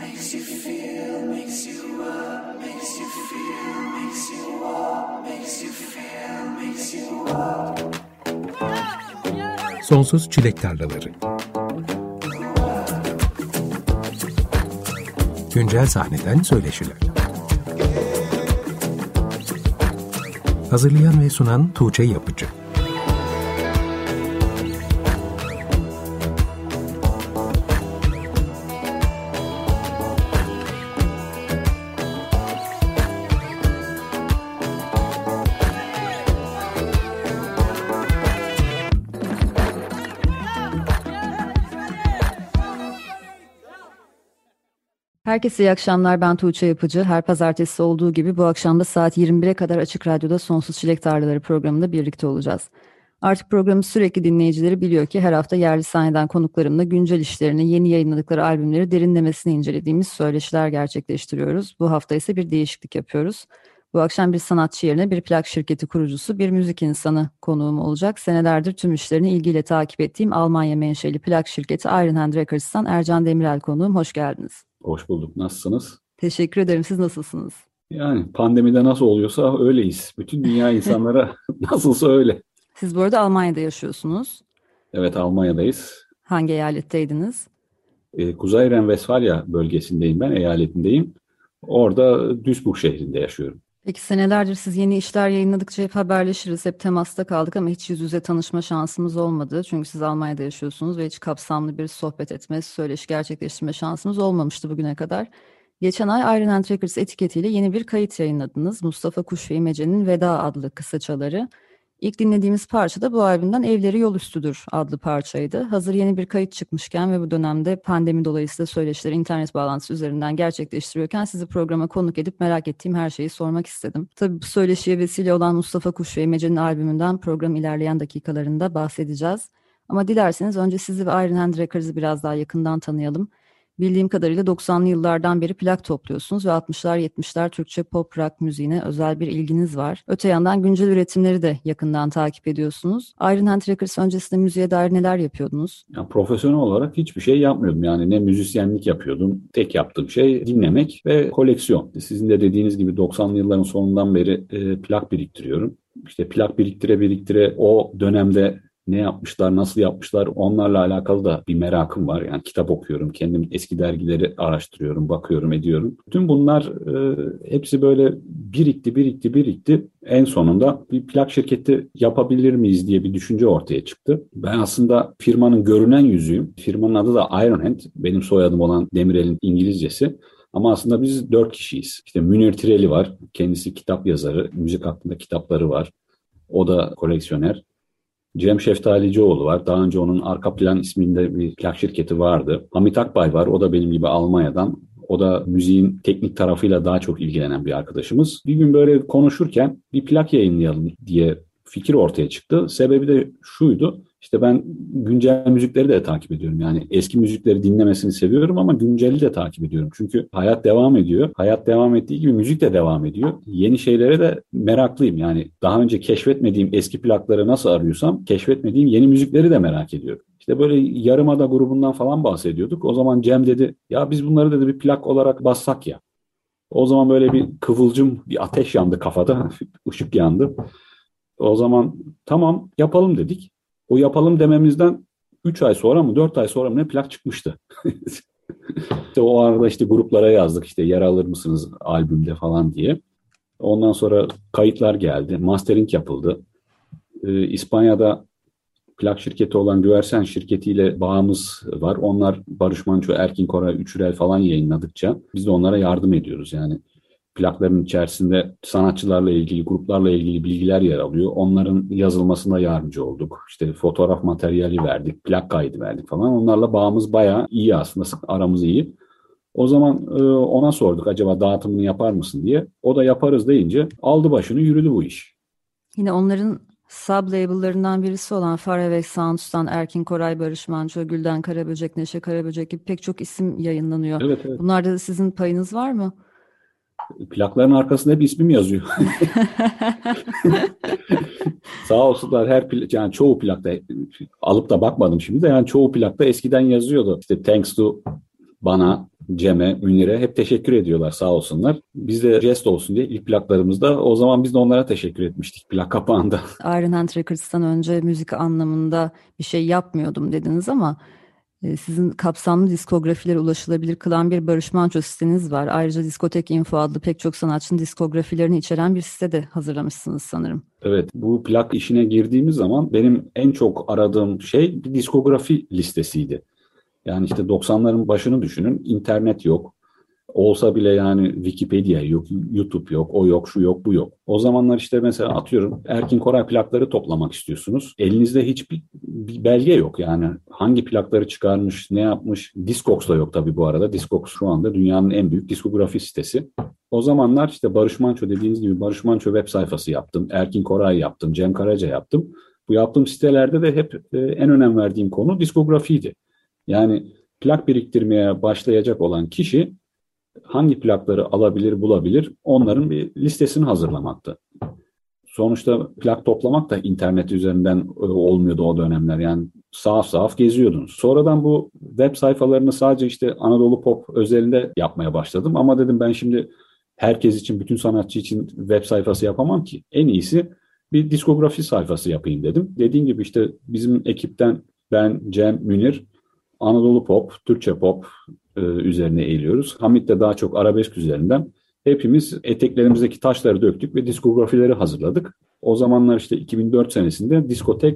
makes you feel, makes you up, makes you feel, makes you walk, makes you feel, makes you up. Sonsuz Çilek Tarlaları. Güncel sahneden söyleşiler. Hazırlayan ve sunan Tuğçe Yapıcı. Herkese iyi akşamlar, ben Tuğçe Yapıcı. Her pazartesi olduğu gibi bu akşam da saat 21'e kadar Açık Radyo'da Sonsuz Çilek Tarlaları programında birlikte olacağız. Artık programın sürekli dinleyicileri biliyor ki her hafta yerli sahneden konuklarımla güncel işlerini, yeni yayınladıkları albümleri derinlemesine incelediğimiz söyleşiler gerçekleştiriyoruz. Bu hafta ise bir değişiklik yapıyoruz. Bu akşam bir sanatçı yerine bir plak şirketi kurucusu, bir müzik insanı konuğum olacak. Senelerdir tüm işlerini ilgiyle takip ettiğim Almanya menşeli plak şirketi Iron Hand Records'tan Ercan Demirel konuğum. Hoş geldiniz. Hoş bulduk. Nasılsınız? Teşekkür ederim. Siz nasılsınız? Yani pandemide nasıl oluyorsa öyleyiz. Bütün dünya insanlara nasılsa öyle. Siz bu arada Almanya'da yaşıyorsunuz. Evet, Almanya'dayız. Hangi eyaletteydiniz? Kuzey Ren-Vesfalya bölgesindeyim ben, eyaletindeyim. Orada Duisburg şehrinde yaşıyorum. Peki senelerdir siz yeni işler yayınladıkça hep haberleşiriz, hep temasta kaldık ama hiç yüz yüze tanışma şansımız olmadı. Çünkü siz Almanya'da yaşıyorsunuz ve hiç kapsamlı bir sohbet etme, söyleşi gerçekleştirme şansımız olmamıştı bugüne kadar. Geçen ay Iron Hand Records etiketiyle yeni bir kayıt yayınladınız. Mustafa Kuş ve İmece'nin Veda adlı kısaçaları. İlk dinlediğimiz parça da bu albümden Evleri Yol Üstüdür adlı parçaydı. Hazır yeni bir kayıt çıkmışken ve bu dönemde pandemi dolayısıyla söyleşileri internet bağlantısı üzerinden gerçekleştiriyorken sizi programa konuk edip merak ettiğim her şeyi sormak istedim. Tabii bu söyleşiye vesile olan Mustafa Kuş ve İmece'nin albümünden program ilerleyen dakikalarında bahsedeceğiz. Ama dilerseniz önce sizi ve Iron Hand Records'ı biraz daha yakından tanıyalım. Bildiğim kadarıyla 90'lı yıllardan beri plak topluyorsunuz ve 60'lar 70'ler Türkçe pop rock müziğine özel bir ilginiz var. Öte yandan güncel üretimleri de yakından takip ediyorsunuz. Iron Hand Records öncesinde müziğe dair neler yapıyordunuz? Yani profesyonel olarak hiçbir şey yapmıyordum. Yani ne müzisyenlik yapıyordum. Tek yaptığım şey dinlemek ve koleksiyon. Sizin de dediğiniz gibi 90'lı yılların sonundan beri plak biriktiriyorum. İşte plak biriktire o dönemde ne yapmışlar, nasıl yapmışlar, onlarla alakalı da bir merakım var. Yani kitap okuyorum, kendim eski dergileri araştırıyorum, bakıyorum, ediyorum. Tüm bunlar hepsi böyle birikti. En sonunda bir plak şirketi yapabilir miyiz diye bir düşünce ortaya çıktı. Ben aslında firmanın görünen yüzüyüm. Firmanın adı da Iron Hand. Benim soyadım olan Demirel'in İngilizcesi. Ama aslında biz 4 kişiyiz. İşte Münir Tireli var. Kendisi kitap yazarı. Müzik hakkında kitapları var. O da koleksiyoner. Cem Şeftalicioğlu var. Daha önce onun Arka Plan isminde bir plak şirketi vardı. Hamit Akbay var. O da benim gibi Almanya'dan. O da müziğin teknik tarafıyla daha çok ilgilenen bir arkadaşımız. Bir gün böyle konuşurken bir plak yayınlayalım diye fikir ortaya çıktı. Sebebi de şuydu. İşte ben güncel müzikleri de takip ediyorum. Yani eski müzikleri dinlemesini seviyorum ama günceli de takip ediyorum. Çünkü hayat devam ediyor. Hayat devam ettiği gibi müzik de devam ediyor. Yeni şeylere de meraklıyım. Yani daha önce keşfetmediğim eski plakları nasıl arıyorsam keşfetmediğim yeni müzikleri de merak ediyorum. İşte böyle Yarımada grubundan falan bahsediyorduk. O zaman Cem dedi ya biz bunları dedi bir plak olarak bassak ya. O zaman böyle bir kıvılcım, bir ateş yandı kafada. Işık yandı. O zaman tamam yapalım dedik. O yapalım dememizden 3 ay sonra mı 4 ay sonra mı ne plak çıkmıştı. İşte o arada işte gruplara yazdık işte yer alır mısınız albümde falan diye. Ondan sonra kayıtlar geldi. Mastering yapıldı. İspanya'da plak şirketi olan Güversen şirketiyle bağımız var. Onlar Barış Manço, Erkin Koray, Üçürel falan yayınladıkça biz de onlara yardım ediyoruz. Yani plakların içerisinde sanatçılarla ilgili, gruplarla ilgili bilgiler yer alıyor. Onların yazılmasına yardımcı olduk. İşte fotoğraf materyali verdik, plak kaydı verdik falan. Onlarla bağımız bayağı iyi aslında, aramız iyi. O zaman ona sorduk acaba dağıtımını yapar mısın diye. O da yaparız deyince aldı başını yürüdü bu iş. Yine onların sub-label'larından birisi olan Faraway Sounds'tan Erkin Koray, Barış Manço, Gülden Karaböcek, Neşe Karaböcek gibi pek çok isim yayınlanıyor. Evet. Bunlarda da sizin payınız var mı? Plakların arkasında hep ismim yazıyor. Sağ olsunlar yani çoğu plakta alıp da bakmadım şimdi de yani çoğu plakta eskiden yazıyordu. İşte thanks to bana Cem'e, Münir'e hep teşekkür ediyorlar sağ olsunlar. Biz de jest olsun diye ilk plaklarımızda o zaman biz de onlara teşekkür etmiştik plak kapağında. Iron Hand Records'tan önce müzik anlamında bir şey yapmıyordum dediniz ama sizin kapsamlı diskografilere ulaşılabilir kılan bir Barış Manço siteniz var. Ayrıca Diskotek Info adlı pek çok sanatçının diskografilerini içeren bir site de hazırlamışsınız sanırım. Evet, bu plak işine girdiğimiz zaman benim en çok aradığım şey bir diskografi listesiydi. Yani işte 90'ların başını düşünün, internet yok. Olsa bile yani Wikipedia yok, YouTube yok, o yok, şu yok, bu yok. O zamanlar işte mesela atıyorum Erkin Koray plakları toplamak istiyorsunuz. Elinizde hiçbir belge yok yani. Hangi plakları çıkarmış, ne yapmış. Discogs da yok tabii bu arada. Discogs şu anda dünyanın en büyük diskografi sitesi. O zamanlar işte Barış Manço dediğiniz gibi Barış Manço web sayfası yaptım. Erkin Koray yaptım, Cem Karaca yaptım. Bu yaptığım sitelerde de hep en önem verdiğim konu diskografiydi. Yani plak biriktirmeye başlayacak olan kişi hangi plakları alabilir, bulabilir, onların bir listesini hazırlamaktı. Sonuçta plak toplamak da internet üzerinden olmuyordu o dönemler. Yani sahaf sahaf geziyordunuz. Sonradan bu web sayfalarını sadece işte Anadolu Pop özelinde yapmaya başladım. Ama dedim ben şimdi herkes için, bütün sanatçı için web sayfası yapamam ki. En iyisi bir diskografi sayfası yapayım dedim. Dediğim gibi işte bizim ekipten ben, Cem, Münir, Anadolu Pop, Türkçe Pop üzerine eğiliyoruz. Hamit de daha çok arabesk üzerinden. Hepimiz eteklerimizdeki taşları döktük ve diskografileri hazırladık. O zamanlar işte 2004 senesinde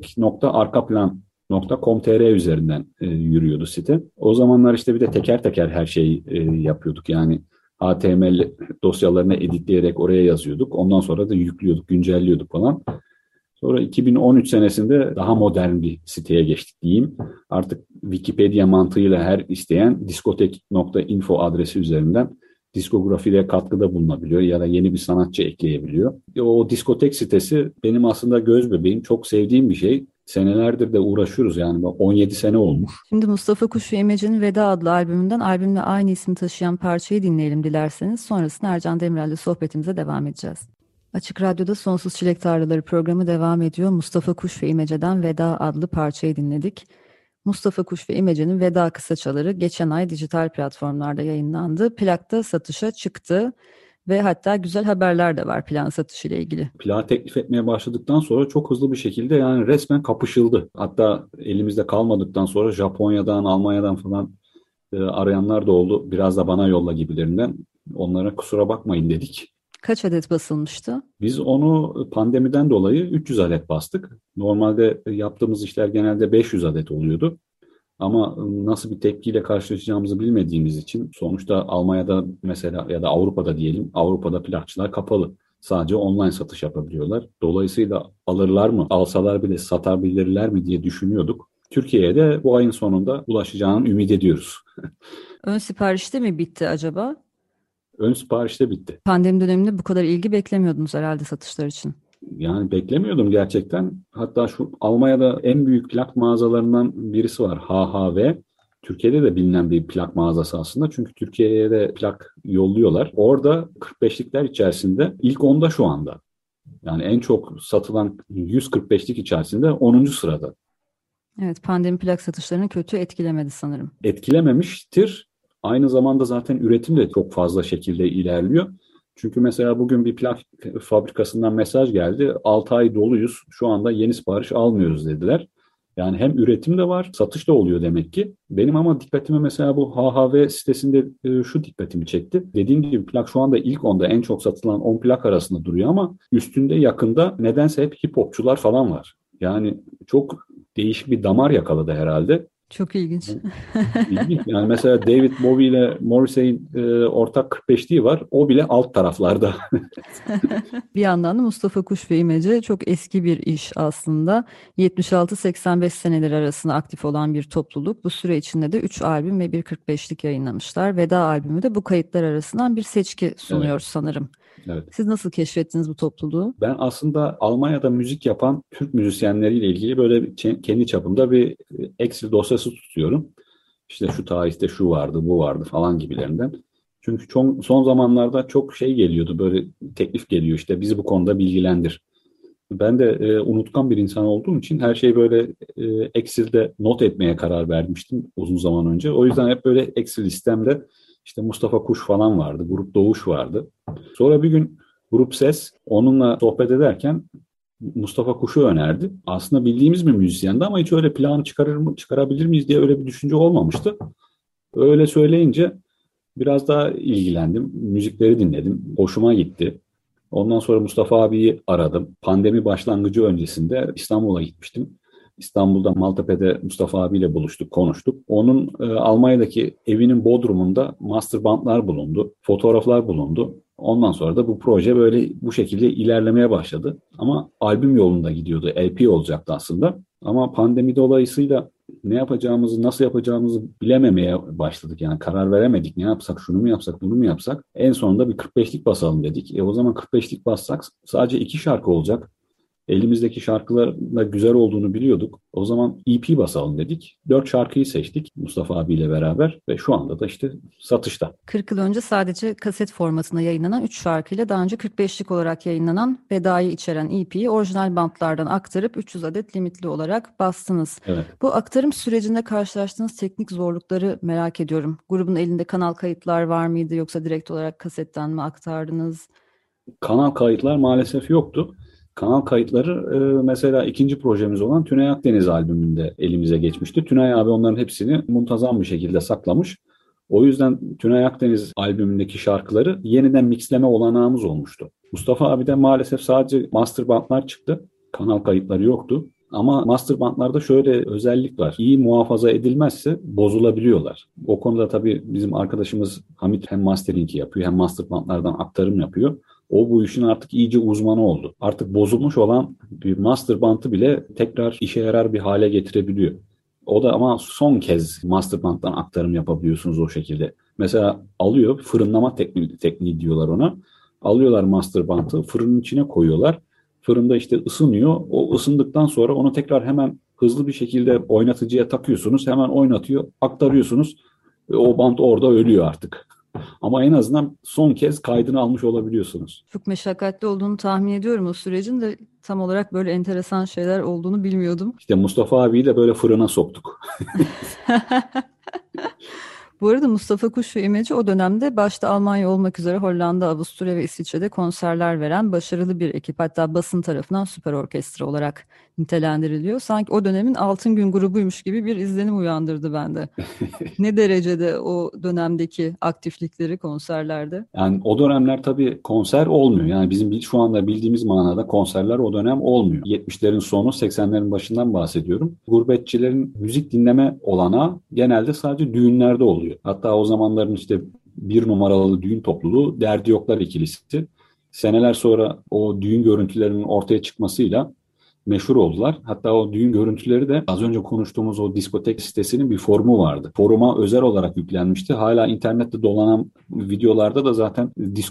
diskotek.arkaplan.com.tr üzerinden yürüyordu site. O zamanlar işte bir de teker teker her şeyi yapıyorduk. Yani HTML dosyalarını editleyerek oraya yazıyorduk. Ondan sonra da yüklüyorduk, güncelliyorduk falan. Sonra 2013 senesinde daha modern bir siteye geçtik diyeyim. Artık Wikipedia mantığıyla her isteyen diskotek.info adresi üzerinden diskografiye katkıda bulunabiliyor ya da yeni bir sanatçı ekleyebiliyor. O diskotek sitesi benim aslında göz bebeğim, çok sevdiğim bir şey. Senelerdir de uğraşıyoruz yani 17 sene olmuş. Şimdi Mustafa Kuş ve İmece'nin Veda adlı albümünden albümle aynı ismi taşıyan parçayı dinleyelim dilerseniz. Sonrasında Ercan Demirel'le sohbetimize devam edeceğiz. Açık Radyo'da Sonsuz Çilek Tarlaları programı devam ediyor. Mustafa Kuş ve İmece'den Veda adlı parçayı dinledik. Mustafa Kuş ve İmece'nin Veda kısaçaları geçen ay dijital platformlarda yayınlandı. Plakta satışa çıktı ve hatta güzel haberler de var plan satışı ile ilgili. Plağı teklif etmeye başladıktan sonra çok hızlı bir şekilde yani resmen kapışıldı. Hatta elimizde kalmadıktan sonra Japonya'dan, Almanya'dan falan arayanlar da oldu. Biraz da bana yolla gibilerinden. Onlara kusura bakmayın dedik. Kaç adet basılmıştı? Biz onu pandemiden dolayı 300 adet bastık. Normalde yaptığımız işler genelde 500 adet oluyordu. Ama nasıl bir tepkiyle karşılaşacağımızı bilmediğimiz için sonuçta Almanya'da mesela ya da Avrupa'da diyelim, Avrupa'da plakçılar kapalı. Sadece online satış yapabiliyorlar. Dolayısıyla alırlar mı, alsalar bile satabilirler mi diye düşünüyorduk. Türkiye'ye de bu ayın sonunda ulaşacağını ümit ediyoruz. Ön siparişte mi bitti acaba? Ön siparişte bitti. Pandemi döneminde bu kadar ilgi beklemiyordunuz herhalde satışlar için. Yani beklemiyordum gerçekten. Hatta şu Almanya'da en büyük plak mağazalarından birisi var. HHV. Türkiye'de de bilinen bir plak mağazası aslında. Çünkü Türkiye'ye de plak yolluyorlar. Orada 45'likler içerisinde ilk 10'da şu anda. Yani en çok satılan 145'lik içerisinde 10. sırada. Evet, pandemi plak satışlarını kötü etkilemedi sanırım. Etkilememiştir. Aynı zamanda zaten üretim de çok fazla şekilde ilerliyor. Çünkü mesela bugün bir plak fabrikasından mesaj geldi. 6 ay doluyuz. Şu anda yeni sipariş almıyoruz dediler. Yani hem üretim de var, satış da oluyor demek ki. Benim ama dikkatimi mesela bu HHV sitesinde şu dikkatimi çekti. Dediğim gibi plak şu anda ilk 10'da en çok satılan 10 plak arasında duruyor ama üstünde yakında nedense hep hip hopçular falan var. Yani çok değişik bir damar yakaladı herhalde. Çok ilginç. İlginç. Yani mesela David Bowie ile Morrissey'in ortak 45'liği var. O bile alt taraflarda. Bir yandan da Mustafa Kuş ve İmece çok eski bir iş aslında. 76-85 seneleri arasında aktif olan bir topluluk. Bu süre içinde de 3 albüm ve bir 45'lik yayınlamışlar. Veda albümü de bu kayıtlar arasından bir seçki sunuyor Evet. sanırım. Evet. Siz nasıl keşfettiniz bu topluluğu? Ben aslında Almanya'da müzik yapan Türk müzisyenleriyle ilgili böyle kendi çapımda bir Excel dosyası tutuyorum. İşte şu tarihte şu vardı, bu vardı falan gibilerinden. Çünkü son zamanlarda çok şey geliyordu, böyle teklif geliyor işte bizi bu konuda bilgilendir. Ben de unutkan bir insan olduğum için her şeyi böyle Excel'de not etmeye karar vermiştim uzun zaman önce. O yüzden hep böyle Excel listemde İşte Mustafa Kuş falan vardı. Grup Doğuş vardı. Sonra bir gün Grup Ses onunla sohbet ederken Mustafa Kuş'u önerdi. Aslında bildiğimiz bir müzisyendi ama hiç öyle planı çıkarabilir miyiz diye öyle bir düşünce olmamıştı. Öyle söyleyince biraz daha ilgilendim. Müzikleri dinledim. Hoşuma gitti. Ondan sonra Mustafa abiyi aradım. Pandemi başlangıcı öncesinde İstanbul'a gitmiştim. İstanbul'da Maltepe'de Mustafa abiyle buluştuk, konuştuk. Onun Almanya'daki evinin bodrumunda master bandlar bulundu, fotoğraflar bulundu. Ondan sonra da bu proje böyle bu şekilde ilerlemeye başladı. Ama albüm yolunda gidiyordu, LP olacaktı aslında. Ama pandemi dolayısıyla ne yapacağımızı, nasıl yapacağımızı bilememeye başladık. Yani karar veremedik. Ne yapsak, şunu mu yapsak, bunu mu yapsak? En sonunda bir 45'lik basalım dedik. O zaman 45'lik bassak sadece 2 şarkı olacak. Elimizdeki şarkıların da güzel olduğunu biliyorduk. O zaman EP basalım dedik. 4 şarkıyı seçtik Mustafa abiyle beraber ve şu anda da işte satışta. 40 yıl önce sadece kaset formatında yayınlanan 3 şarkıyla daha önce 45'lik olarak yayınlanan Veda'yı içeren EP'yi orijinal bantlardan aktarıp 300 adet limitli olarak bastınız. Evet. Bu aktarım sürecinde karşılaştığınız teknik zorlukları merak ediyorum. Grubun elinde kanal kayıtlar var mıydı yoksa direkt olarak kasetten mi aktardınız? Kanal kayıtlar maalesef yoktu. Kanal kayıtları mesela ikinci projemiz olan Tünay Akdeniz albümünde elimize geçmişti. Tünay abi onların hepsini muntazam bir şekilde saklamış. O yüzden Tünay Akdeniz albümündeki şarkıları yeniden mixleme olanağımız olmuştu. Mustafa abi de maalesef sadece master bandlar çıktı. Kanal kayıtları yoktu. Ama master bandlarda şöyle özellik var. İyi muhafaza edilmezse bozulabiliyorlar. O konuda tabii bizim arkadaşımız Hamit hem mastering'i yapıyor hem master bandlardan aktarım yapıyor. O bu işin artık iyice uzmanı oldu. Artık bozulmuş olan bir master band'ı bile tekrar işe yarar bir hale getirebiliyor. O da ama son kez master band'dan aktarım yapabiliyorsunuz o şekilde. Mesela alıyor, fırınlama tekniği diyorlar ona. Alıyorlar master band'ı, fırının içine koyuyorlar. Fırında işte ısınıyor. O ısındıktan sonra onu tekrar hemen hızlı bir şekilde oynatıcıya takıyorsunuz. Hemen oynatıyor, aktarıyorsunuz. Ve o band orada ölüyor artık. Ama en azından son kez kaydını almış olabiliyorsunuz. Çok meşakkatli olduğunu tahmin ediyorum o sürecin de tam olarak böyle enteresan şeyler olduğunu bilmiyordum. İşte Mustafa abiyi de böyle fırına soktuk. Bu arada Mustafa Kuş ve İmece o dönemde başta Almanya olmak üzere Hollanda, Avusturya ve İsviçre'de konserler veren başarılı bir ekip. Hatta basın tarafından süper orkestra olarak nitelendiriliyor. Sanki o dönemin altın gün grubuymuş gibi bir izlenim uyandırdı bende. Ne derecede o dönemdeki aktiflikleri konserlerde? Yani o dönemler tabii konser olmuyor. Yani bizim şu anda bildiğimiz manada konserler o dönem olmuyor. 70'lerin sonu 80'lerin başından bahsediyorum. Gurbetçilerin müzik dinleme olanağı genelde sadece düğünlerde oluyor. Hatta o zamanların işte bir numaralı düğün topluluğu Derdi Yoklar ikilisi. Seneler sonra o düğün görüntülerinin ortaya çıkmasıyla meşhur oldular. Hatta o düğün görüntüleri de az önce konuştuğumuz o diskotek sitesinin bir forumu vardı. Foruma özel olarak yüklenmişti. Hala internette dolanan videolarda da zaten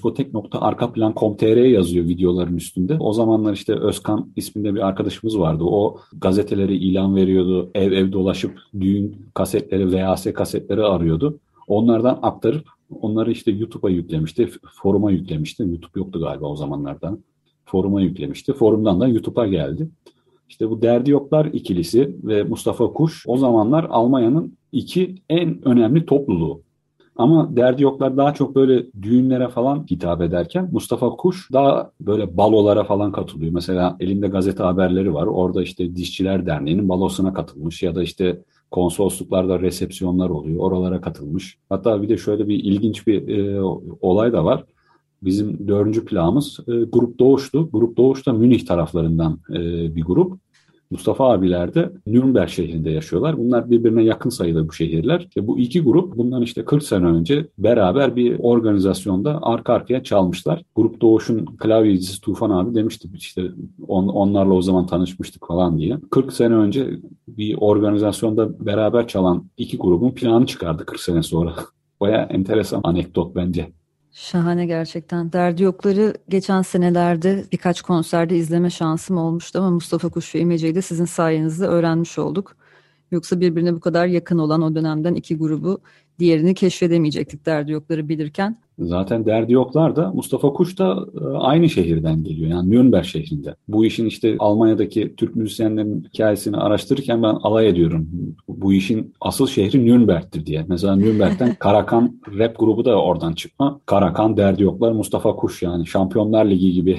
diskotek.arkaplan.com.tr yazıyor videoların üstünde. O zamanlar işte Özkan isminde bir arkadaşımız vardı. O gazeteleri ilan veriyordu. Ev ev dolaşıp düğün kasetleri, VHS kasetleri arıyordu. Onlardan aktarıp onları işte YouTube'a yüklemişti. Foruma yüklemişti. YouTube yoktu galiba o zamanlardan. Foruma yüklemişti. Forumdan da YouTube'a geldi. İşte bu Derdi Yoklar ikilisi ve Mustafa Kuş o zamanlar Almanya'nın iki en önemli topluluğu. Ama Derdi Yoklar daha çok böyle düğünlere falan hitap ederken Mustafa Kuş daha böyle balolara falan katılıyor. Mesela elimde gazete haberleri var. Orada işte Dişçiler Derneği'nin balosuna katılmış ya da işte konsolosluklarda resepsiyonlar oluyor. Oralara katılmış. Hatta bir de şöyle bir ilginç bir olay da var. Bizim dördüncü plağımız Grup Doğuş'tu. Grup Doğuş da Münih taraflarından bir grup. Mustafa abiler de Nürnberg şehrinde yaşıyorlar. Bunlar birbirine yakın sayıda bu şehirler. İşte bu iki grup bundan işte 40 sene önce beraber bir organizasyonda arka arkaya çalmışlar. Grup Doğuş'un klavyecisi Tufan abi demişti işte onlarla o zaman tanışmıştık falan diye. 40 sene önce bir organizasyonda beraber çalan iki grubun planı çıkardı 40 sene sonra. Baya enteresan anekdot bence. Şahane gerçekten. Derdi Yoklar'ı geçen senelerde birkaç konserde izleme şansım olmuştu ama Mustafa Kuş ve İmece'yi de sizin sayenizde öğrenmiş olduk. Yoksa birbirine bu kadar yakın olan o dönemden iki grubu diğerini keşfedemeyecektik derdi yokları bilirken. Zaten derdi yoklar da Mustafa Kuş da aynı şehirden geliyor. Yani Nürnberg şehrinde. Bu işin işte Almanya'daki Türk müzisyenlerin hikayesini araştırırken ben alay ediyorum. Bu işin asıl şehri Nürnberg'tir diye. Mesela Nürnberg'ten Karakan rap grubu da oradan çıkma. Karakan, derdi yoklar, Mustafa Kuş, yani Şampiyonlar Ligi gibi.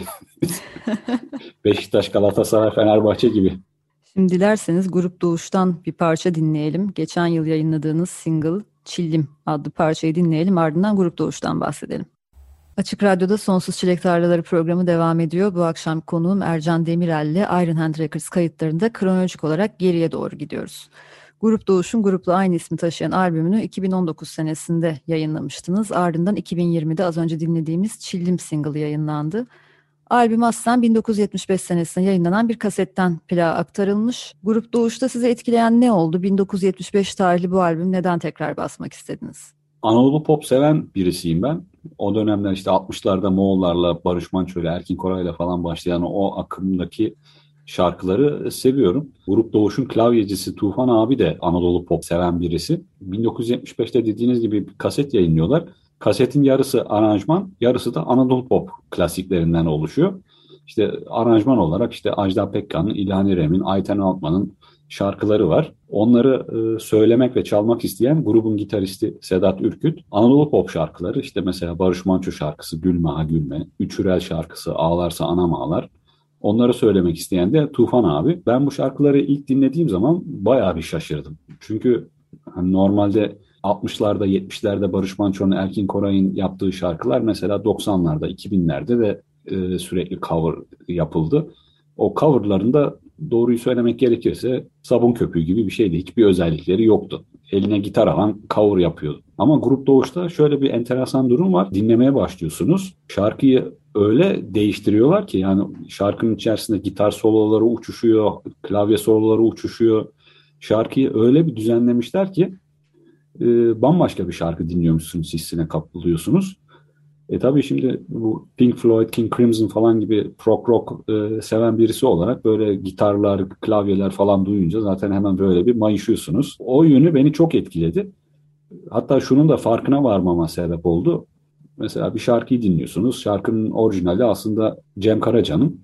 Beşiktaş, Galatasaray, Fenerbahçe gibi. Şimdi dilerseniz Grup Doğuş'tan bir parça dinleyelim. Geçen yıl yayınladığınız single Çillim adlı parçayı dinleyelim, ardından Grup Doğuş'tan bahsedelim. Açık Radyo'da Sonsuz Çilek Tarlaları programı devam ediyor. Bu akşam konuğum Ercan Demirel ile Iron Hand Records kayıtlarında kronolojik olarak geriye doğru gidiyoruz. Grup Doğuş'un grupla aynı ismi taşıyan albümünü 2019 senesinde yayınlamıştınız. Ardından 2020'de az önce dinlediğimiz Çillim single yayınlandı. Albüm aslında 1975 senesinde yayınlanan bir kasetten plağa aktarılmış. Grup Doğuş'ta sizi etkileyen ne oldu? 1975 tarihli bu albüm neden tekrar basmak istediniz? Anadolu pop seven birisiyim ben. O dönemler işte 60'larda Moğollarla, Barış Manço'yla, Erkin Koray'la falan başlayan o akımdaki şarkıları seviyorum. Grup Doğuş'un klavyecisi Tufan abi de Anadolu pop seven birisi. 1975'te dediğiniz gibi bir kaset yayınlıyorlar. Kasetin yarısı aranjman, yarısı da Anadolu pop klasiklerinden oluşuyor. İşte aranjman olarak işte Ajda Pekkan'ın, İlhan İrem'in, Ayten Altman'ın şarkıları var. Onları söylemek ve çalmak isteyen grubun gitaristi Sedat Ürküt, Anadolu pop şarkıları, işte mesela Barış Manço şarkısı Gülme Ha Gülme, Üçürel şarkısı Ağlarsa Anam Ağlar, onları söylemek isteyen de Tufan abi. Ben bu şarkıları ilk dinlediğim zaman bayağı bir şaşırdım. Çünkü hani normalde 60'larda 70'lerde Barış Manço'nun, Erkin Koray'ın yaptığı şarkılar mesela 90'larda 2000'lerde de sürekli cover yapıldı. O coverlarında doğruyu söylemek gerekirse sabun köpüğü gibi bir şeydi. Hiçbir özellikleri yoktu. Eline gitar alan cover yapıyordu. Ama Grup Doğuş'ta şöyle bir enteresan durum var. Dinlemeye başlıyorsunuz. Şarkıyı öyle değiştiriyorlar ki, yani şarkının içerisinde gitar soloları uçuşuyor, klavye soloları uçuşuyor. Şarkıyı öyle bir düzenlemişler ki bambaşka bir şarkı dinliyormuşsunuz, hissine kapılıyorsunuz. Tabii şimdi bu Pink Floyd, King Crimson falan gibi prog rock seven birisi olarak böyle gitarlar, klavyeler falan duyunca zaten hemen böyle bir mayışıyorsunuz. O yönü beni çok etkiledi. Hatta şunun da farkına varmama sebep oldu. Mesela bir şarkıyı dinliyorsunuz. Şarkının orijinali aslında Cem Karaca'nın.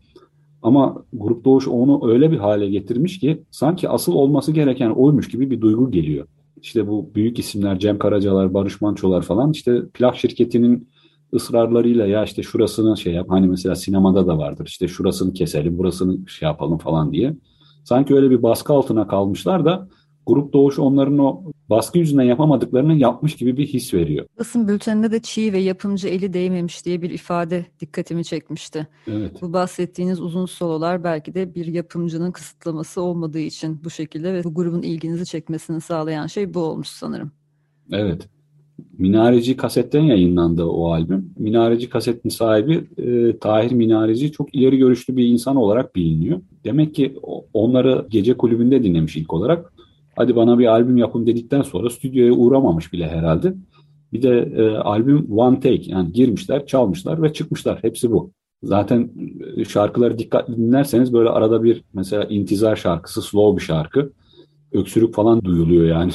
Ama Grup Doğuş onu öyle bir hale getirmiş ki sanki asıl olması gereken oymuş gibi bir duygu geliyor. İşte bu büyük isimler, Cem Karacalar, Barış Manço'lar falan, işte plak şirketinin ısrarlarıyla ya işte şurasını şey yap, hani mesela sinemada da vardır, işte şurasını keselim, burasını şey yapalım falan diye. Sanki öyle bir baskı altına kalmışlar da Grup Doğuş onların o baskı yüzünden yapamadıklarını yapmış gibi bir his veriyor. Basın bülteninde de çiğ ve yapımcı eli değmemiş diye bir ifade dikkatimi çekmişti. Evet. Bu bahsettiğiniz uzun sololar belki de bir yapımcının kısıtlaması olmadığı için bu şekilde ve bu grubun ilginizi çekmesini sağlayan şey bu olmuş sanırım. Evet. Minareci kasetten yayınlandı o albüm. Minareci kasetin sahibi Tahir Minareci çok ileri görüşlü bir insan olarak biliniyor. Demek ki onları gece kulübünde dinlemiş ilk olarak. Hadi bana bir albüm yapın dedikten sonra stüdyoya uğramamış bile herhalde. Bir de albüm one take, yani girmişler, çalmışlar ve çıkmışlar. Hepsi bu. Zaten şarkıları dikkatli dinlerseniz böyle arada bir mesela İntizar şarkısı, slow bir şarkı. Öksürük falan duyuluyor yani.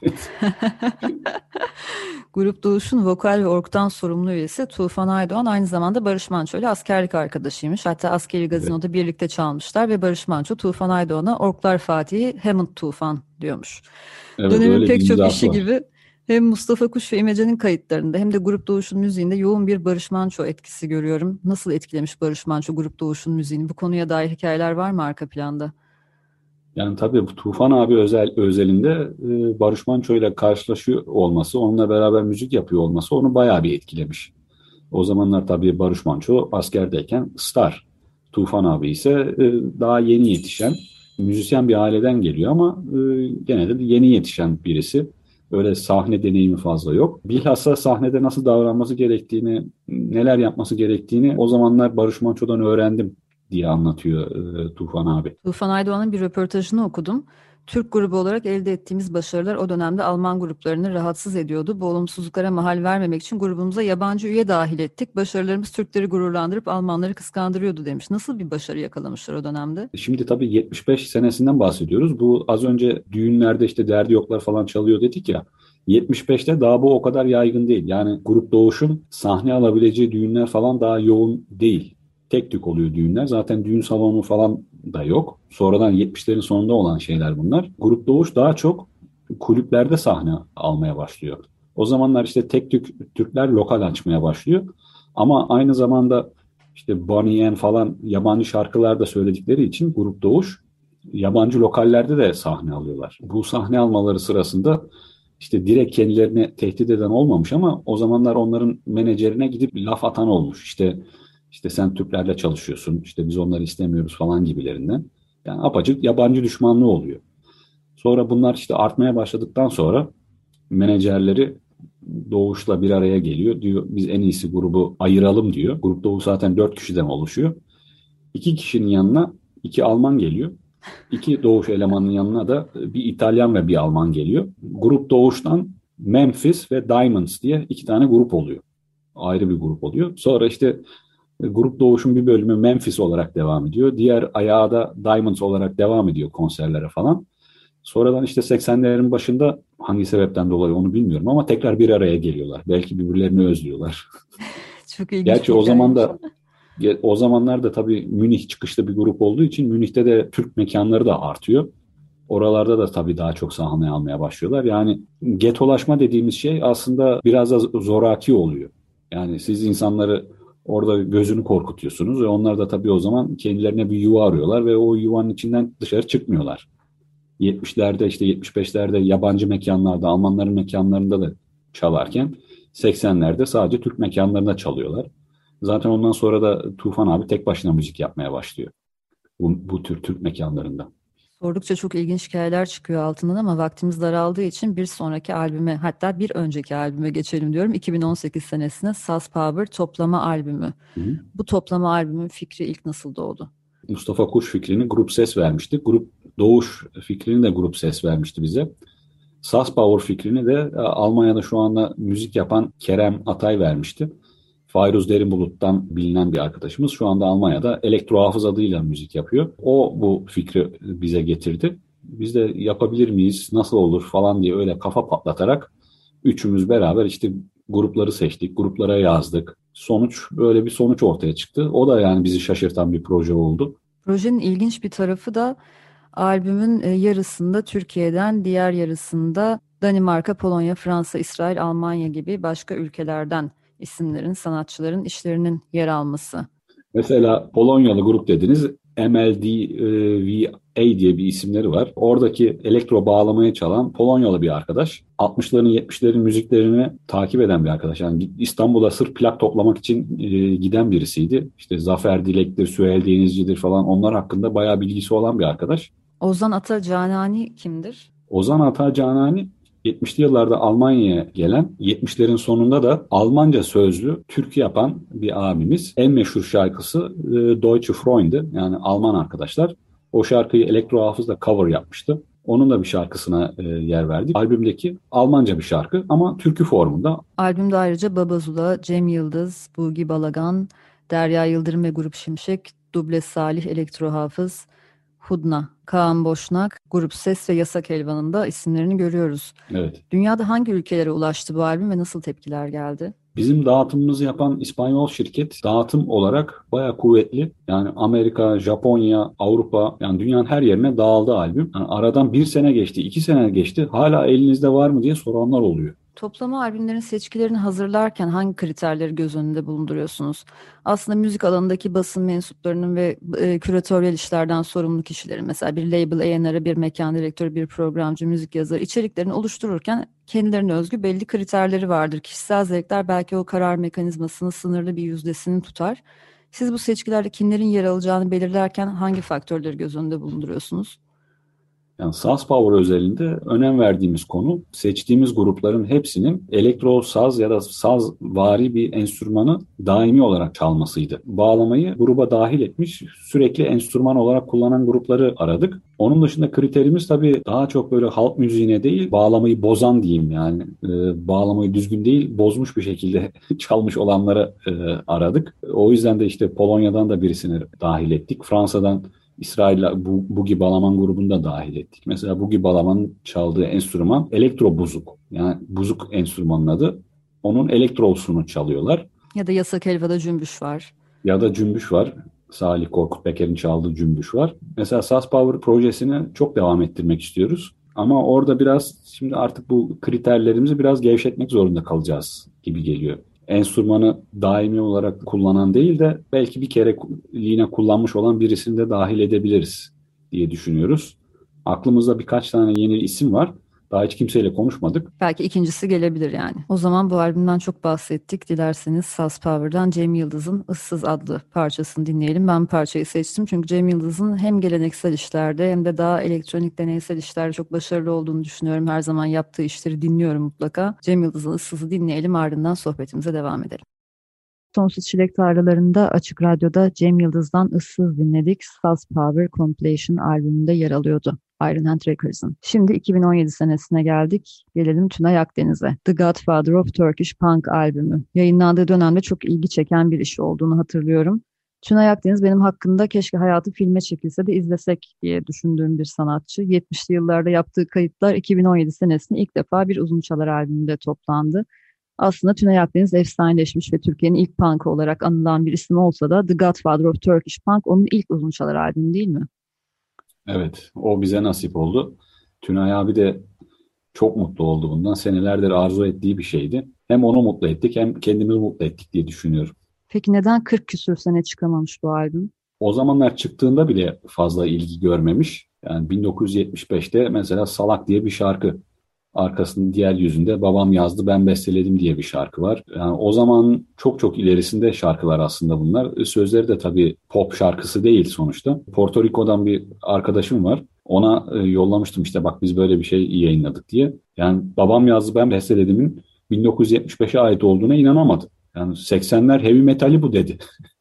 Grup Doğuş'un vokal ve org'dan sorumlu üyesi Tufan Aydoğan aynı zamanda Barış Manço ile askerlik arkadaşıymış. Hatta askeri gazinoda birlikte çalmışlar ve Barış Manço Tufan Aydoğan'a Orklar Fatihi Hammond Tufan diyormuş. Evet, Dönemin öyle pek bir çok imzası işi var. gibi hem Mustafa Kuş ve İmece'nin kayıtlarında hem de Grup Doğuş'un müziğinde yoğun bir Barış Manço etkisi görüyorum. Nasıl etkilemiş Barış Manço Grup Doğuş'un müziğini? Bu konuya dair hikayeler var mı arka planda? Yani tabii bu Tufan abi özelinde Barış Manço ile karşılaşıyor olması, onunla beraber müzik yapıyor olması onu bayağı bir etkilemiş. O zamanlar tabii Barış Manço askerdeyken star. Tufan abi ise daha yeni yetişen, müzisyen bir aileden geliyor ama gene de yeni yetişen birisi. Öyle sahne deneyimi fazla yok. Bilhassa sahnede nasıl davranması gerektiğini, neler yapması gerektiğini o zamanlar Barış Manço'dan öğrendim diye anlatıyor Tufan abi. Tufan Aydoğan'ın bir röportajını okudum. Türk grubu olarak elde ettiğimiz başarılar o dönemde Alman gruplarını rahatsız ediyordu. Bu olumsuzluklara mahal vermemek için grubumuza yabancı üye dahil ettik. Başarılarımız Türkleri gururlandırıp Almanları kıskandırıyordu demiş. Nasıl bir başarı yakalamışlar o dönemde? Şimdi tabii 75 senesinden bahsediyoruz. Bu az önce düğünlerde işte derdi yoklar falan çalıyor dedik ya. 75'te daha bu o kadar yaygın değil. Yani Grup Doğuş'un sahne alabileceği düğünler falan daha yoğun değil. Tek tük oluyor düğünler. Zaten düğün salonu falan da yok. Sonradan 70'lerin sonunda olan şeyler bunlar. Grup Doğuş daha çok kulüplerde sahne almaya başlıyor. O zamanlar işte tek tük Türkler lokal açmaya başlıyor. Ama aynı zamanda işte Bonnie M falan yabancı şarkılar da söyledikleri için Grup Doğuş yabancı lokallerde de sahne alıyorlar. Bu sahne almaları sırasında işte direkt kendilerine tehdit eden olmamış ama o zamanlar onların menajerine gidip laf atan olmuş. İşte sen Türklerle çalışıyorsun, işte biz onları istemiyoruz falan gibilerinden. Yani apacık yabancı düşmanlığı oluyor. Sonra bunlar işte artmaya başladıktan sonra menajerleri Doğuş'la bir araya geliyor. Diyor biz en iyisi grubu ayıralım diyor. Grup Doğuş zaten 4 kişiden oluşuyor. 2 kişinin yanına 2 Alman geliyor. 2 Doğuş elemanının yanına da bir İtalyan ve bir Alman geliyor. Grup Doğuş'tan Memphis ve Diamonds diye 2 tane grup oluyor. Ayrı bir grup oluyor. Sonra işte Grup Doğuş'un bir bölümü Memphis olarak devam ediyor. Diğer ayağı da Diamonds olarak devam ediyor konserlere falan. Sonradan işte 80'lerin başında hangi sebepten dolayı onu bilmiyorum ama tekrar bir araya geliyorlar. Belki birbirlerini özlüyorlar. Çok ilginç Gerçi bir o zaman hikayeymiş. da o zamanlar da tabii Münih çıkışlı bir grup olduğu için Münih'te de Türk mekanları da artıyor. Oralarda da tabii daha çok sahne almaya başlıyorlar. Yani getolaşma dediğimiz şey aslında biraz da zoraki oluyor. Yani siz insanları orada gözünü korkutuyorsunuz ve onlar da tabii o zaman kendilerine bir yuva arıyorlar ve o yuvanın içinden dışarı çıkmıyorlar. 70'lerde işte 75'lerde yabancı mekanlarda, Almanların mekanlarında da çalarken 80'lerde sadece Türk mekanlarında çalıyorlar. Zaten ondan sonra da Tufan abi tek başına müzik yapmaya başlıyor. Bu tür Türk mekanlarında. Sordukça çok ilginç hikayeler çıkıyor altından ama vaktimiz daraldığı için bir sonraki albüme, hatta bir önceki albüme geçelim diyorum. 2018 senesine Saz Power toplama albümü. Hı hı. Bu toplama albümün fikri ilk nasıl doğdu? Mustafa Kuş fikrini Grup Ses vermişti. Grup Doğuş fikrini de Grup Ses vermişti bize. Saz Power fikrini de Almanya'da şu anda müzik yapan Kerem Atay vermişti. Fayruz Derinbulut'tan bilinen bir arkadaşımız şu anda Almanya'da Elektro Hafız adıyla müzik yapıyor. O bu fikri bize getirdi. Biz de yapabilir miyiz, nasıl olur falan diye öyle kafa patlatarak üçümüz beraber işte grupları seçtik, gruplara yazdık. Sonuç böyle bir sonuç ortaya çıktı. O da yani bizi şaşırtan bir proje oldu. Projenin ilginç bir tarafı da albümün yarısında Türkiye'den, diğer yarısında Danimarka, Polonya, Fransa, İsrail, Almanya gibi başka ülkelerden isimlerin, sanatçıların işlerinin yer alması. Mesela Polonyalı grup dediniz. MLDVA diye bir isimleri var. Oradaki elektro bağlamayı çalan Polonyalı bir arkadaş. 60'ların 70'lerin müziklerini takip eden bir arkadaş. Yani İstanbul'a sırf plak toplamak için giden birisiydi. İşte Zafer Dilek'tir, Süheyl Denizci'dir falan onlar hakkında bayağı bilgisi olan bir arkadaş. Ozan Ata Canani kimdir? Ozan Ata Canani 70'li yıllarda Almanya'ya gelen, 70'lerin sonunda da Almanca sözlü türkü yapan bir abimiz. En meşhur şarkısı Deutsche Freunde, yani Alman arkadaşlar. O şarkıyı Elektro Hafız'la cover yapmıştı. Onun da bir şarkısına yer verdik. Albümdeki Almanca bir şarkı ama türkü formunda. Albümde ayrıca Baba Zula, Cem Yıldız, Bugi Balagan, Derya Yıldırım ve Grup Şimşek, Duble Salih, Elektro Hafız, Hudna, Kaan Boşnak, Grup Ses ve Yasak Elvan'ın da isimlerini görüyoruz. Evet. Dünyada hangi ülkelere ulaştı bu albüm ve nasıl tepkiler geldi? Bizim dağıtımımızı yapan İspanyol şirket dağıtım olarak bayağı kuvvetli. Yani Amerika, Japonya, Avrupa, yani dünyanın her yerine dağıldı albüm. Yani aradan 1 sene geçti, 2 sene geçti. Hala elinizde var mı diye soranlar oluyor. Toplama albümlerin seçkilerini hazırlarken hangi kriterleri göz önünde bulunduruyorsunuz? Aslında müzik alanındaki basın mensuplarının ve küratöryel işlerden sorumlu kişilerin, mesela bir label A&R'ı, bir mekan direktörü, bir programcı, müzik yazarı içeriklerini oluştururken kendilerine özgü belli kriterleri vardır. Kişisel zevkler belki o karar mekanizmasının sınırlı bir yüzdesini tutar. Siz bu seçkilerde kimlerin yer alacağını belirlerken hangi faktörleri göz önünde bulunduruyorsunuz? Yani Saz Power özelinde önem verdiğimiz konu seçtiğimiz grupların hepsinin elektro saz ya da sazvari bir enstrümanı daimi olarak çalmasıydı. Bağlamayı gruba dahil etmiş, sürekli enstrüman olarak kullanan grupları aradık. Onun dışında kriterimiz tabii daha çok böyle halk müziğine değil, bağlamayı bozan diyeyim yani. Bağlamayı düzgün değil, bozmuş bir şekilde çalmış olanları aradık. O yüzden de işte Polonya'dan da birisini dahil ettik. Fransa'dan İsrail'le Bugi Balaman grubunu da dahil ettik. Mesela Bugi Balaman'ın çaldığı enstrüman elektro buzuk. Yani buzuk enstrümanın adı. Onun elektrosunu çalıyorlar. Ya da Yasak Helva'da cümbüş var. Ya da cümbüş var. Salih Korkut Peker'in çaldığı cümbüş var. Mesela Saz Power projesini çok devam ettirmek istiyoruz. Ama orada biraz şimdi artık bu kriterlerimizi biraz gevşetmek zorunda kalacağız gibi geliyor. Enstrümanı daimi olarak kullanan değil de belki bir kereliğine kullanmış olan birisini de dahil edebiliriz diye düşünüyoruz. Aklımızda birkaç tane yeni isim var. Daha hiç kimseyle konuşmadık. Belki ikincisi gelebilir yani. O zaman bu albümden çok bahsettik. Dilerseniz Saz Power'dan Cem Yıldız'ın Issız adlı parçasını dinleyelim. Ben parçayı seçtim çünkü Cem Yıldız'ın hem geleneksel işlerde hem de daha elektronik deneysel işlerde çok başarılı olduğunu düşünüyorum. Her zaman yaptığı işleri dinliyorum mutlaka. Cem Yıldız'ın Issız'ı dinleyelim, ardından sohbetimize devam edelim. Sonsuz Çilek Tarlalarında Açık Radyo'da Cem Yıldız'dan Issız dinledik. Saz Power Compilation albümünde yer alıyordu Iron Hand Records'ın. Şimdi 2017 senesine geldik. Gelelim Tünay Akdeniz'e. The Godfather of Turkish Punk albümü. Yayınlandığı dönemde çok ilgi çeken bir iş olduğunu hatırlıyorum. Tünay Akdeniz benim hakkında keşke hayatı filme çekilse de izlesek diye düşündüğüm bir sanatçı. 70'li yıllarda yaptığı kayıtlar 2017 senesinde ilk defa bir uzun çalar albümünde toplandı. Aslında Tünay Akdeniz efsaneleşmiş ve Türkiye'nin ilk punk'ı olarak anılan bir isim olsa da The Godfather of Turkish Punk onun ilk uzun çalar albümü değil mi? Evet, o bize nasip oldu. Tünay abi de çok mutlu oldu bundan. Senelerdir arzu ettiği bir şeydi. Hem onu mutlu ettik hem kendimizi mutlu ettik diye düşünüyorum. Peki neden 40 küsür sene çıkamamış bu albüm? O zamanlar çıktığında bile fazla ilgi görmemiş. Yani 1975'te mesela Salak diye bir şarkı. Arkasının diğer yüzünde Babam Yazdı Ben Besteledim diye bir şarkı var. Yani o zaman çok çok ilerisinde şarkılar aslında bunlar. Sözleri de tabii pop şarkısı değil sonuçta. Porto Rico'dan bir arkadaşım var. Ona yollamıştım işte bak biz böyle bir şey yayınladık diye. Yani Babam Yazdı Ben Besteledim'in 1975'e ait olduğuna inanamadı. Yani 80'ler heavy metali bu dedi.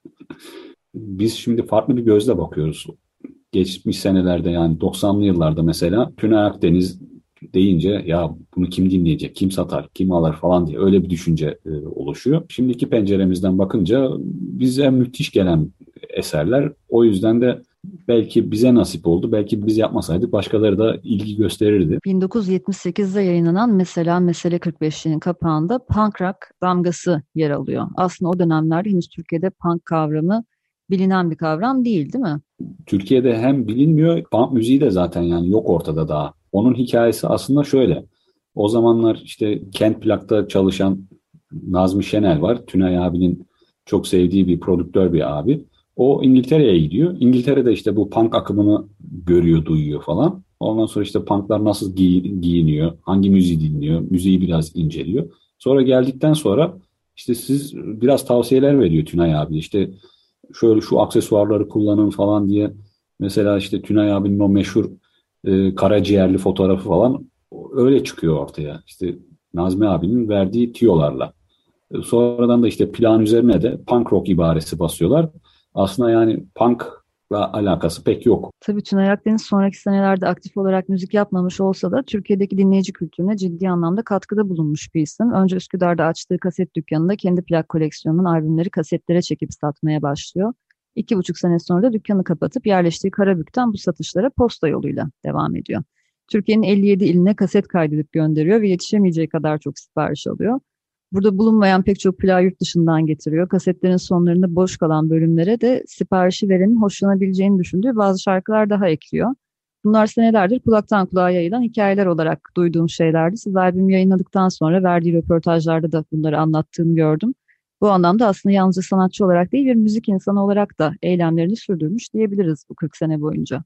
Biz şimdi farklı bir gözle bakıyoruz. Geçmiş senelerde yani 90'lı yıllarda mesela Tünay Akdeniz deyince ya bunu kim dinleyecek, kim satar, kim alır falan diye öyle bir düşünce oluşuyor. Şimdiki penceremizden bakınca bize müthiş gelen eserler. O yüzden de belki bize nasip oldu. Belki biz yapmasaydık başkaları da ilgi gösterirdi. 1978'de yayınlanan mesela Mesele 45'liğinin kapağında punk rock damgası yer alıyor. Aslında o dönemlerde henüz Türkiye'de punk kavramı bilinen bir kavram değil mi? Türkiye'de hem bilinmiyor, punk müziği de zaten yani yok ortada daha. Onun hikayesi aslında şöyle. O zamanlar işte Kent Plak'ta çalışan Nazmi Şenel var. Tünay abinin çok sevdiği bir prodüktör bir abi. O İngiltere'ye gidiyor. İngiltere'de işte bu punk akımını görüyor, duyuyor falan. Ondan sonra işte punklar nasıl giyiniyor, hangi müziği dinliyor, müziği biraz inceliyor. Sonra geldikten sonra işte siz biraz tavsiyeler veriyor Tünay abi. İşte şöyle şu aksesuarları kullanın falan diye. Mesela işte Tünay abinin o meşhur karaciğerli fotoğrafı falan öyle çıkıyor ortaya. İşte Nazmi abinin verdiği tiyolarla. Sonradan da işte plan üzerine de punk rock ibaresi basıyorlar. Aslında yani punk'la alakası pek yok. Tabii Tünay Akdeniz sonraki senelerde aktif olarak müzik yapmamış olsa da Türkiye'deki dinleyici kültürüne ciddi anlamda katkıda bulunmuş bir isim. Önce Üsküdar'da açtığı kaset dükkanında kendi plak koleksiyonunun albümleri kasetlere çekip satmaya başlıyor. 2,5 sene sonra da dükkanı kapatıp yerleştiği Karabük'ten bu satışlara posta yoluyla devam ediyor. Türkiye'nin 57 iline kaset kaydedip gönderiyor ve yetişemeyeceği kadar çok sipariş alıyor. Burada bulunmayan pek çok plağı yurt dışından getiriyor. Kasetlerin sonlarında boş kalan bölümlere de siparişi verenin hoşlanabileceğini düşündüğü bazı şarkılar daha ekliyor. Bunlar senelerdir kulaktan kulağa yayılan hikayeler olarak duyduğum şeylerdi. Siz albüm yayınladıktan sonra verdiği röportajlarda da bunları anlattığını gördüm. Bu anlamda aslında yalnızca sanatçı olarak değil bir müzik insanı olarak da eylemlerini sürdürmüş diyebiliriz bu 40 sene boyunca.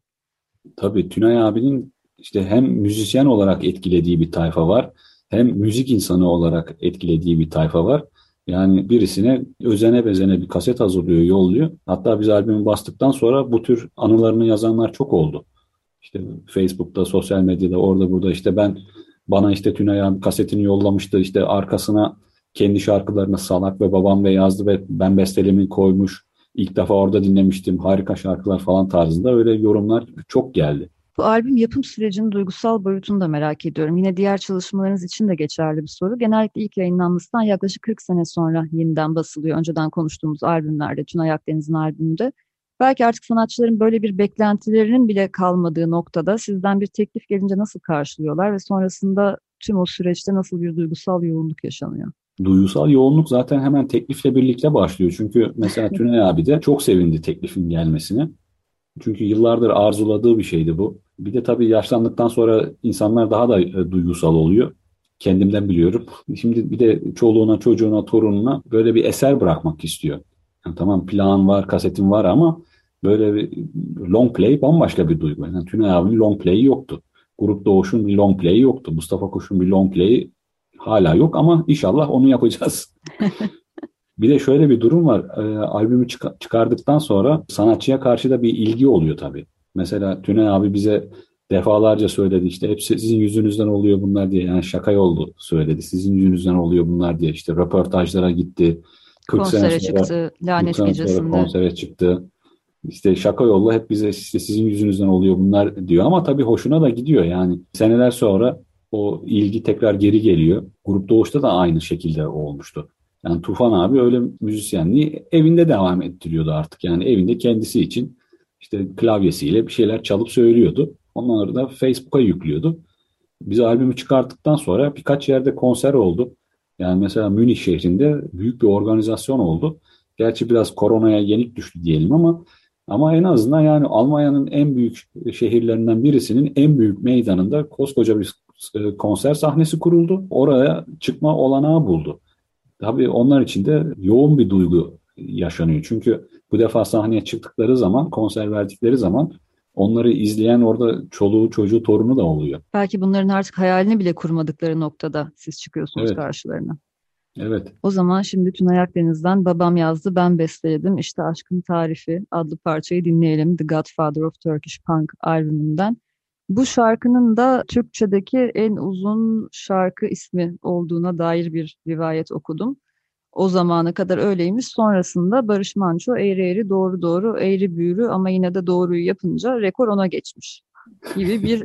Tabii Tünay abinin işte hem müzisyen olarak etkilediği bir tayfa var, hem müzik insanı olarak etkilediği bir tayfa var. Yani birisine özene bezene bir kaset hazırlıyor, yolluyor. Hatta biz albümü bastıktan sonra bu tür anılarını yazanlar çok oldu. İşte Facebook'ta, sosyal medyada, orada burada işte bana işte Tünay abi kasetini yollamıştı. İşte arkasına kendi şarkılarını Salak ve Babam ve yazdı ve ben bestelemi koymuş. İlk defa orada dinlemiştim. Harika şarkılar falan tarzında öyle yorumlar çok geldi. Bu albüm yapım sürecinin duygusal boyutunu da merak ediyorum. Yine diğer çalışmalarınız için de geçerli bir soru. Genellikle ilk yayınlanmasından yaklaşık 40 sene sonra yeniden basılıyor. Önceden konuştuğumuz albümlerde, Tünay Akdeniz'in albümünde. Belki artık sanatçıların böyle bir beklentilerinin bile kalmadığı noktada sizden bir teklif gelince nasıl karşılıyorlar ve sonrasında tüm o süreçte nasıl bir duygusal yoğunluk yaşanıyor? Duygusal yoğunluk zaten hemen teklifle birlikte başlıyor. Çünkü mesela Tünay abi de çok sevindi teklifin gelmesine. Çünkü yıllardır arzuladığı bir şeydi bu. Bir de tabii yaşlandıktan sonra insanlar daha da duygusal oluyor. Kendimden biliyorum. Şimdi bir de çoluğuna, çocuğuna, torununa böyle bir eser bırakmak istiyor. Yani tamam, plan var, kasetim var ama böyle bir long play bambaşka bir duygu. Yani Tünay abinin long play'i yoktu. Grup Doğuş'un bir long play'i yoktu. Mustafa Koç'un bir long play'i hala yok ama inşallah onu yapacağız. Bir de şöyle bir durum var. Albümü çıkardıktan sonra sanatçıya karşı da bir ilgi oluyor tabii. Mesela Tünay abi bize defalarca söyledi, işte hep sizin yüzünüzden oluyor bunlar diye. Yani şaka oldu söyledi. Sizin yüzünden oluyor bunlar diye. İşte röportajlara gitti. 40 sene Konsere sonra çıktı, 40 Lanet sene sonra Gecesi'nde. konsere çıktı. İşte şaka yolla hep bize işte sizin yüzünüzden oluyor bunlar diyor. Ama tabii hoşuna da gidiyor yani. Seneler sonra o ilgi tekrar geri geliyor. Grup Doğuş'ta da aynı şekilde olmuştu. Yani Tufan abi öyle müzisyenliği evinde devam ettiriyordu artık. Yani evinde kendisi için işte klavyesiyle bir şeyler çalıp söylüyordu. Onları da Facebook'a yüklüyordu. Biz albümü çıkarttıktan sonra birkaç yerde konser oldu. Yani mesela Münih şehrinde büyük bir organizasyon oldu. Gerçi biraz koronaya yenik düştü diyelim ama en azından yani Almanya'nın en büyük şehirlerinden birisinin en büyük meydanında koskoca bir konser sahnesi kuruldu. Oraya çıkma olanağı buldu. Tabii onlar için de yoğun bir duygu yaşanıyor. Çünkü bu defa sahneye çıktıkları zaman, konser verdikleri zaman onları izleyen orada çoluğu, çocuğu, torunu da oluyor. Belki bunların artık hayalini bile kurmadıkları noktada siz çıkıyorsunuz Evet, karşılarına. evet. O zaman şimdi Tuna Akdeniz'den Babam Yazdı Ben Besteledim İşte Aşkın Tarifi adlı parçayı dinleyelim. The Godfather of Turkish Punk albümünden. Bu şarkının da Türkçedeki en uzun şarkı ismi olduğuna dair bir rivayet okudum. O zamana kadar öyleymiş. Sonrasında Barış Manço eğri eğri doğru doğru eğri büğrü ama yine de doğruyu yapınca rekor ona geçmiş gibi bir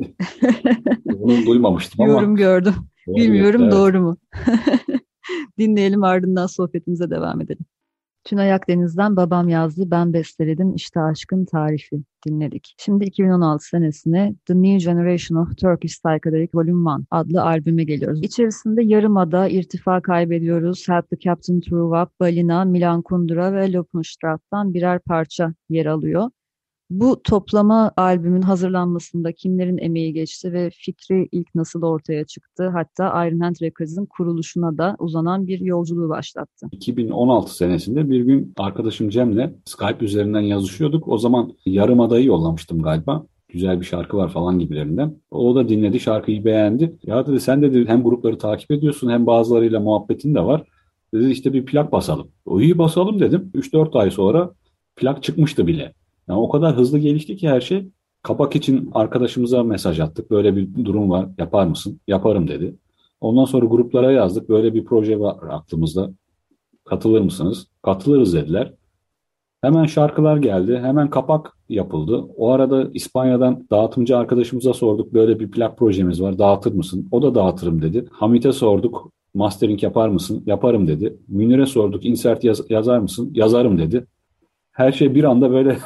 Bunu duymamıştım ama yorum gördüm. olabilir. Bilmiyorum Evet. doğru mu? Dinleyelim, ardından sohbetimize devam edelim. Tünay Akdeniz'den Babam Yazdı Ben Besteledim İşte Aşkın Tarifi dinledik. Şimdi 2016 senesine The New Generation of Turkish Psychedelic Volume 1 adlı albüme geliyoruz. İçerisinde Yarımada, İrtifa Kaybediyoruz, Help the Captain True Up, Balina, Milan Kundura ve Lopunstraat'tan birer parça yer alıyor. Bu toplama albümün hazırlanmasında kimlerin emeği geçti ve fikri ilk nasıl ortaya çıktı? Hatta Iron Hand Records'ın kuruluşuna da uzanan bir yolculuğu başlattı. 2016 senesinde bir gün arkadaşım Cem'le Skype üzerinden yazışıyorduk. O zaman Yarımada'yı yollamıştım galiba. Güzel bir şarkı var falan gibilerinden. O da dinledi, şarkıyı beğendi. Ya dedi, sen dedi hem grupları takip ediyorsun hem bazılarıyla muhabbetin de var. Dedi işte bir plak basalım. O iyi basalım dedim. 3-4 ay sonra plak çıkmıştı bile. Yani o kadar hızlı gelişti ki her şey. Kapak için arkadaşımıza mesaj attık. Böyle bir durum var, yapar mısın? Yaparım dedi. Ondan sonra gruplara yazdık. Böyle bir proje var aklımızda. Katılır mısınız? Katılırız dediler. Hemen şarkılar geldi. Hemen kapak yapıldı. O arada İspanya'dan dağıtımcı arkadaşımıza sorduk. Böyle bir plak projemiz var. Dağıtır mısın? O da dağıtırım dedi. Hamit'e sorduk. Mastering yapar mısın? Yaparım dedi. Münir'e sorduk. Insert yazar mısın? Yazarım dedi. Her şey bir anda böyle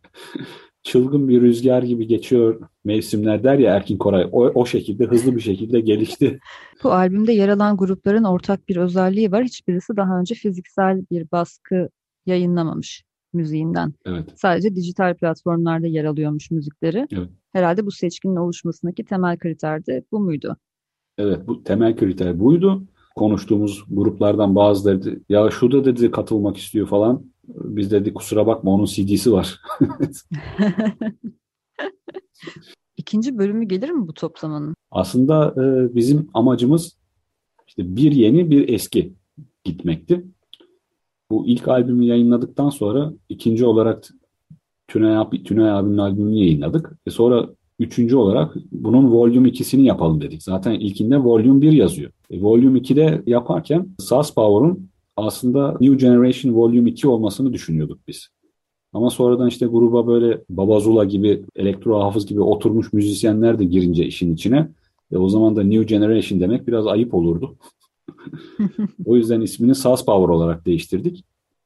çılgın bir rüzgar gibi geçiyor mevsimler der ya Erkin Koray. O şekilde hızlı bir şekilde gelişti. Bu albümde yer alan grupların ortak bir özelliği var. Hiçbirisi daha önce fiziksel bir baskı yayınlamamış müziğinden. Evet. Sadece dijital platformlarda yer alıyormuş müzikleri. Evet. Herhalde bu seçkinin oluşmasındaki temel kriter de bu muydu? Evet, bu temel kriter buydu. Konuştuğumuz gruplardan bazıları dedi, ya şu da dedi katılmak istiyor falan. Biz dedi kusura bakma onun CD'si var. İkinci bölümü gelir mi bu toplamanın? Aslında bizim amacımız işte bir yeni bir eski gitmekti. Bu ilk albümü yayınladıktan sonra ikinci olarak Tünay abinin albümünü yayınladık. Sonra üçüncü olarak bunun Volume 2'sini yapalım dedik. Zaten ilkinde Volume 1 yazıyor. Volume 2'de yaparken Saz Power'un aslında New Generation Volume 2 olmasını düşünüyorduk biz. Ama sonradan işte gruba böyle Baba Zula gibi, Elektro Hafız gibi oturmuş müzisyenler de girince işin içine. O zaman da New Generation demek biraz ayıp olurdu. O yüzden ismini Saz Power olarak değiştirdik.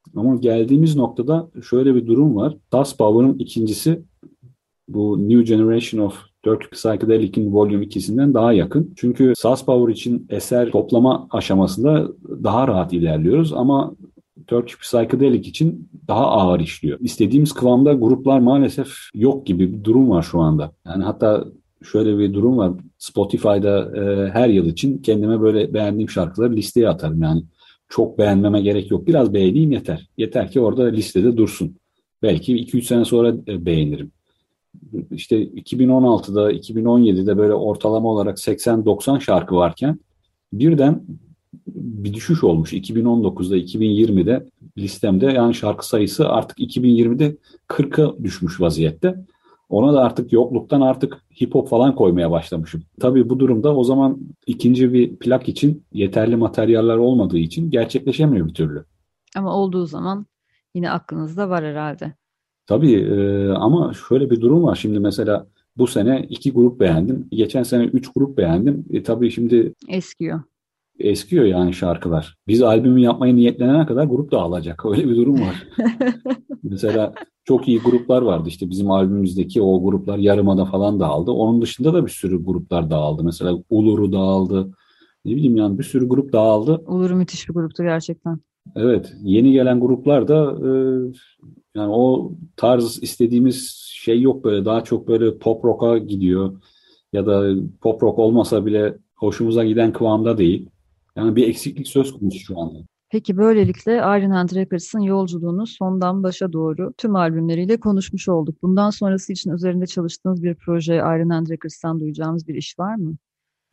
Ama geldiğimiz noktada şöyle bir durum var. Sass Power'ın ikincisi bu New Generation of Turkish Psychedelic'in Volume 2'sinden daha yakın. Çünkü Sass Power için eser toplama aşamasında daha rahat ilerliyoruz ama Turkish Psychedelic için daha ağır işliyor. İstediğimiz kıvamda gruplar maalesef yok gibi bir durum var şu anda. Yani hatta şöyle bir durum var. Spotify'da her yıl için kendime böyle beğendiğim şarkıları listeye atarım. Yani çok beğenmeme gerek yok. Biraz beğeneyim yeter. Yeter ki orada listede dursun. Belki 2-3 sene sonra beğenirim. İşte 2016'da, 2017'de böyle ortalama olarak 80-90 şarkı varken birden bir düşüş olmuş. 2019'da, 2020'de listemde yani şarkı sayısı artık 2020'de 40'a düşmüş vaziyette. Ona da artık yokluktan artık hip hop falan koymaya başlamışım. Tabii bu durumda o zaman ikinci bir plak için yeterli materyaller olmadığı için gerçekleşemiyor bir türlü. Ama olduğu zaman yine aklınızda var herhalde. Tabii ama şöyle bir durum var. Şimdi mesela bu sene 2 grup beğendim. Geçen sene 3 grup beğendim. Tabii şimdi eskiyor yani şarkılar. Biz albümü yapmayı niyetlenene kadar grup dağılacak. Öyle bir durum var. Mesela çok iyi gruplar vardı. İşte bizim albümümüzdeki o gruplar Yarımada falan dağıldı. Onun dışında da bir sürü gruplar dağıldı. Mesela Uluru dağıldı. Ne bileyim yani bir sürü grup dağıldı. Uluru müthiş bir gruptu gerçekten. Evet. Yeni gelen gruplar da yani o tarz istediğimiz şey yok böyle. Daha çok böyle pop rock'a gidiyor. Ya da pop rock olmasa bile hoşumuza giden kıvamda değil. Yani bir eksiklik söz konusu şu anda. Peki böylelikle Iron Hand Records'ın yolculuğunu sondan başa doğru tüm albümleriyle konuşmuş olduk. Bundan sonrası için üzerinde çalıştığınız bir proje, Iron Hand Records'tan duyacağımız bir iş var mı?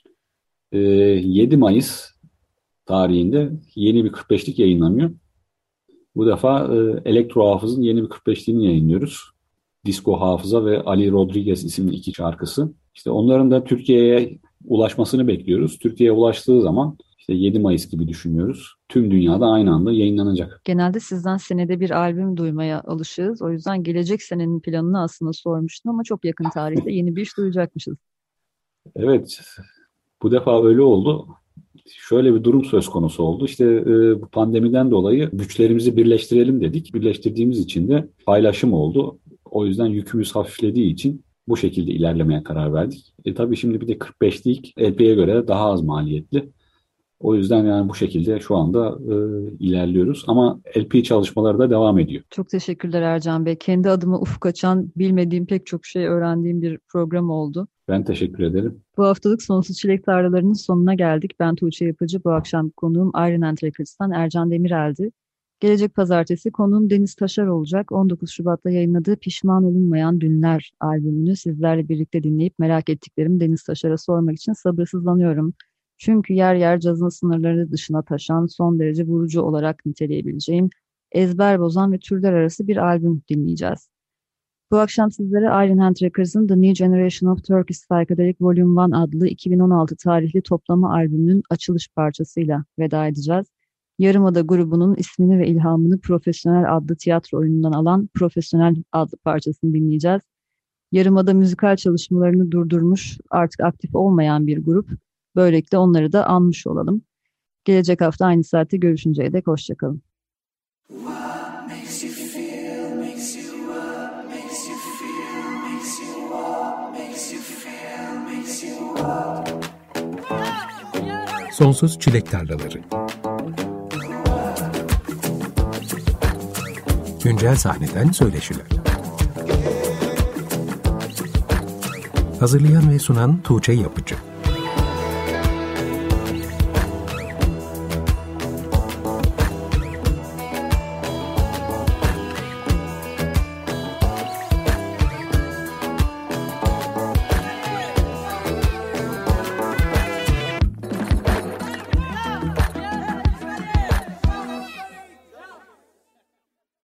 7 Mayıs tarihinde yeni bir 45'lik yayınlanıyor. Bu defa Elektro Hafız'ın yeni bir 45'liğini yayınlıyoruz. Disco Hafıza ve Ali Rodriguez isimli 2 şarkısı. İşte onların da Türkiye'ye ulaşmasını bekliyoruz. Türkiye'ye ulaştığı zaman işte 7 Mayıs gibi düşünüyoruz. Tüm dünyada aynı anda yayınlanacak. Genelde sizden senede bir albüm duymaya alışığız. O yüzden gelecek senenin planını aslında sormuştum ama çok yakın tarihte yeni bir iş duyacakmışız. Evet, bu defa öyle oldu. Şöyle bir durum söz konusu oldu. İşte bu pandemiden dolayı güçlerimizi birleştirelim dedik. Birleştirdiğimiz için de paylaşım oldu. O yüzden yükümüz hafiflediği için bu şekilde ilerlemeye karar verdik. Tabii şimdi bir de 45'lik LP'ye göre daha az maliyetli. O yüzden yani bu şekilde şu anda ilerliyoruz. Ama LP çalışmaları da devam ediyor. Çok teşekkürler Ercan Bey. Kendi adıma ufuk açan, bilmediğim pek çok şey öğrendiğim bir program oldu. Ben teşekkür ederim. Bu haftalık Sonsuz Çilek Tarlalarının sonuna geldik. Ben Tuğçe Yapıcı. Bu akşam konuğum Iron Hand Records'tan Ercan Demirel'di. Gelecek pazartesi konuğum Deniz Taşar olacak. 19 Şubat'ta yayınladığı Pişman Olunmayan Dünler albümünü sizlerle birlikte dinleyip merak ettiklerimi Deniz Taşar'a sormak için sabırsızlanıyorum. Çünkü yer yer cazın sınırları dışına taşan, son derece vurucu olarak niteleyebileceğim, ezber bozan ve türler arası bir albüm dinleyeceğiz. Bu akşam sizlere Iron Hand Records'ın The New Generation of Turkish Psychedelic Volume 1 adlı 2016 tarihli toplama albümünün açılış parçasıyla veda edeceğiz. Yarımada grubunun ismini ve ilhamını Profesyonel adlı tiyatro oyunundan alan Profesyonel adlı parçasını dinleyeceğiz. Yarımada müzikal çalışmalarını durdurmuş, artık aktif olmayan bir grup. Böylelikle onları da anmış olalım. Gelecek hafta aynı saatte görüşünceye dek hoşçakalın. Sonsuz Çilek Tarlaları. Güncel sahneden söyleşiler. Hazırlayan ve sunan Tuğçe Yapıcı.